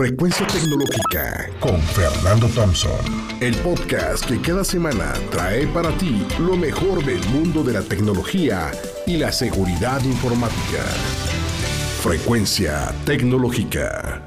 Frecuencia Tecnológica con Fernando Thompson, el podcast que cada semana trae para ti lo mejor del mundo de la tecnología y la seguridad informática. Frecuencia Tecnológica.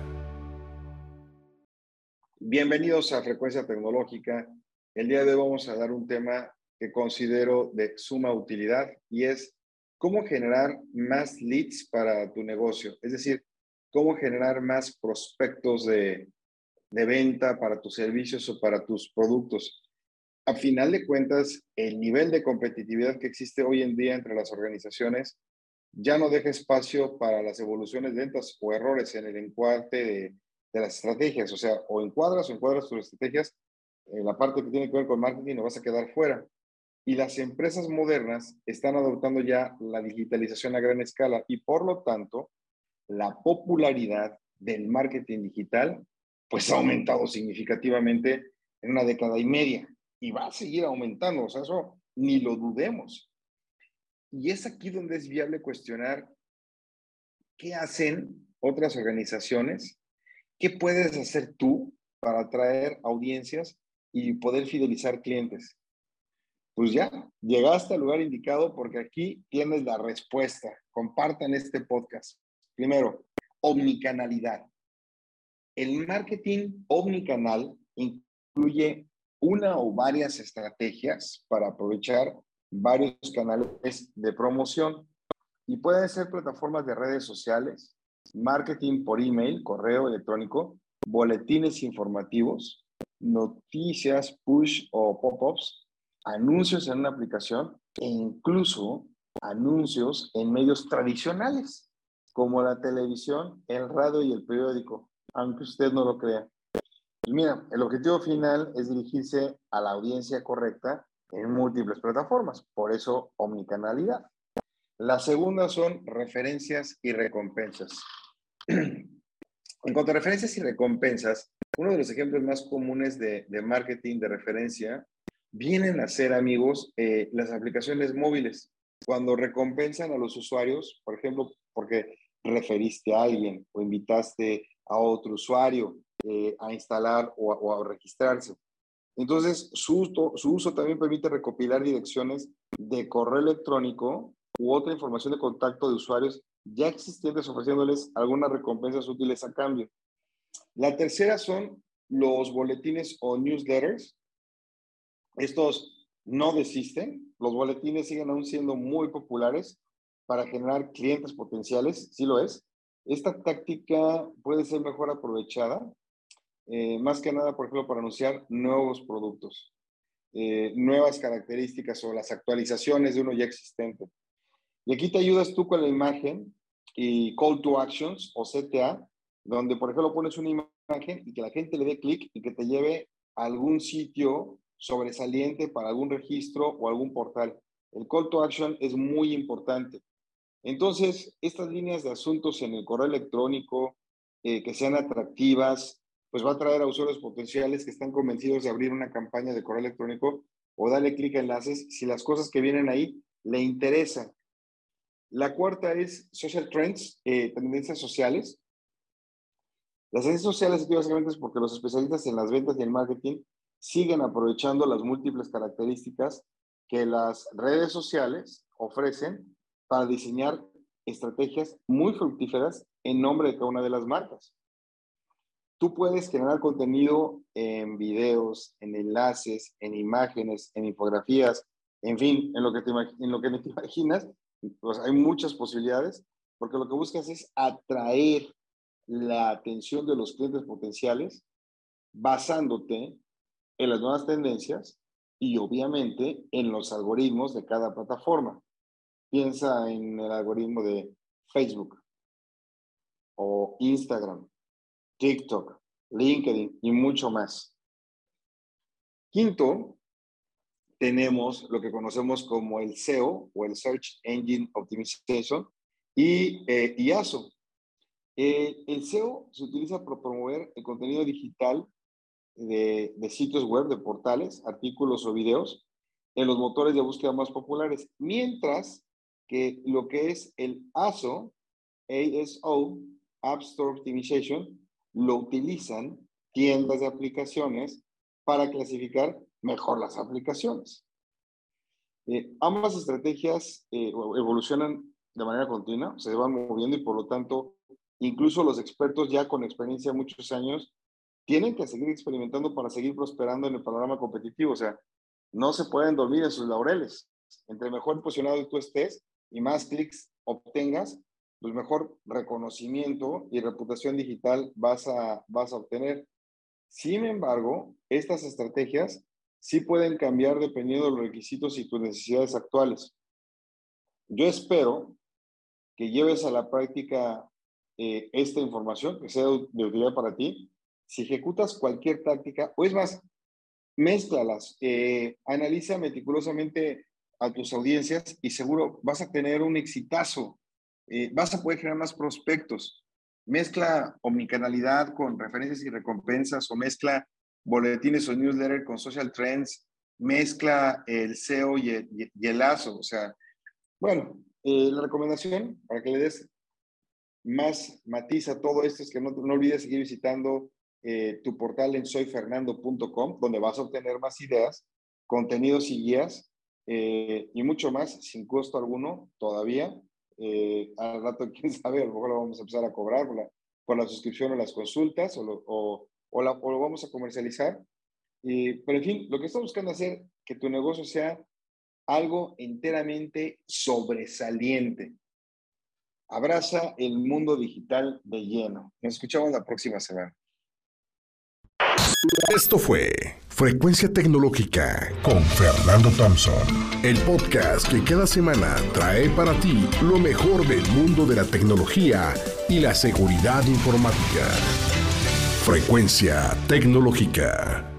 Bienvenidos a Frecuencia Tecnológica. El día de hoy vamos a dar un tema que considero de suma utilidad y es cómo generar más leads para tu negocio. Es decir, cómo generar más prospectos de venta para tus servicios o para tus productos. A final de cuentas, el nivel de competitividad que existe hoy en día entre las organizaciones ya no deja espacio para las evoluciones de ventas o errores en el encuadre de las estrategias. O sea, o encuadras tus estrategias en la parte que tiene que ver con marketing o vas a quedar fuera. Y las empresas modernas están adoptando ya la digitalización a gran escala y por lo tanto, la popularidad del marketing digital pues ha aumentado significativamente en una década y media y va a seguir aumentando, o sea, eso ni lo dudemos. Y es aquí donde es viable cuestionar qué hacen otras organizaciones, qué puedes hacer tú para atraer audiencias y poder fidelizar clientes. Pues ya, llegaste al lugar indicado porque aquí tienes la respuesta. Compartan este podcast. Primero, omnicanalidad. El marketing omnicanal incluye una o varias estrategias para aprovechar varios canales de promoción y pueden ser plataformas de redes sociales, marketing por email, correo electrónico, boletines informativos, noticias, push o pop-ups, anuncios en una aplicación e incluso anuncios en medios tradicionales como la televisión, el radio y el periódico, aunque usted no lo crea. Y mira, el objetivo final es dirigirse a la audiencia correcta en múltiples plataformas, por eso omnicanalidad. La segunda son referencias y recompensas. En cuanto a referencias y recompensas, uno de los ejemplos más comunes de marketing de referencia vienen a ser, amigos, las aplicaciones móviles. Cuando recompensan a los usuarios, por ejemplo, porque referiste a alguien o invitaste a otro usuario a instalar o a registrarse. Entonces, su uso también permite recopilar direcciones de correo electrónico u otra información de contacto de usuarios ya existentes, ofreciéndoles algunas recompensas útiles a cambio. La tercera son los boletines o newsletters. Estos no desisten. Los boletines siguen aún siendo muy populares para generar clientes potenciales, sí lo es. Esta táctica puede ser mejor aprovechada, más que nada, por ejemplo, para anunciar nuevos productos, nuevas características o las actualizaciones de uno ya existente. Y aquí te ayudas tú con la imagen y Call to Actions o CTA, donde, por ejemplo, pones una imagen y que la gente le dé clic y que te lleve a algún sitio sobresaliente para algún registro o algún portal. El Call to Action es muy importante. Entonces, estas líneas de asuntos en el correo electrónico que sean atractivas, pues va a atraer a usuarios potenciales que están convencidos de abrir una campaña de correo electrónico o darle clic a enlaces si las cosas que vienen ahí le interesan. La cuarta es social trends, tendencias sociales. Las tendencias sociales aquí básicamente es porque los especialistas en las ventas y el marketing siguen aprovechando las múltiples características que las redes sociales ofrecen para diseñar estrategias muy fructíferas en nombre de cada una de las marcas. Tú puedes generar contenido en videos, en enlaces, en imágenes, en infografías, en fin, en lo que te imaginas, pues hay muchas posibilidades, porque lo que buscas es atraer la atención de los clientes potenciales basándote en las nuevas tendencias y obviamente en los algoritmos de cada plataforma. Piensa en el algoritmo de Facebook o Instagram, TikTok, LinkedIn y mucho más. Quinto, tenemos lo que conocemos como el SEO o el Search Engine Optimization y ASO. El SEO se utiliza para promover el contenido digital de sitios web, de portales, artículos o videos en los motores de búsqueda más populares, mientras que lo que es el ASO, App Store Optimization, lo utilizan tiendas de aplicaciones para clasificar mejor las aplicaciones. Ambas estrategias evolucionan de manera continua, se van moviendo y por lo tanto, incluso los expertos ya con experiencia de muchos años tienen que seguir experimentando para seguir prosperando en el panorama competitivo. O sea, no se pueden dormir en sus laureles. Entre mejor posicionado tú estés y más clics obtengas, pues mejor reconocimiento y reputación digital vas a obtener. Sin embargo, estas estrategias sí pueden cambiar dependiendo de los requisitos y tus necesidades actuales. Yo espero que lleves a la práctica esta información, que sea de utilidad para ti. Si ejecutas cualquier táctica, o es más, mézclalas, analiza meticulosamente a tus audiencias y seguro vas a tener un exitazo. Vas a poder generar más prospectos. Mezcla omnicanalidad con referencias y recompensas, o mezcla boletines o newsletter con social trends, mezcla el SEO y el ASO. O sea, bueno, la recomendación para que le des más matiz a todo esto es que no olvides seguir visitando tu portal en soyfernando.com, donde vas a obtener más ideas, contenidos y guías y mucho más sin costo alguno todavía. Al rato, quién sabe, a lo mejor lo vamos a empezar a cobrar por la suscripción o las consultas o lo vamos a comercializar. Pero en fin, lo que estamos buscando hacer que tu negocio sea algo enteramente sobresaliente. Abraza el mundo digital de lleno. Nos escuchamos la próxima semana. Esto fue Frecuencia Tecnológica con Fernando Thompson, el podcast que cada semana trae para ti lo mejor del mundo de la tecnología y la seguridad informática. Frecuencia Tecnológica.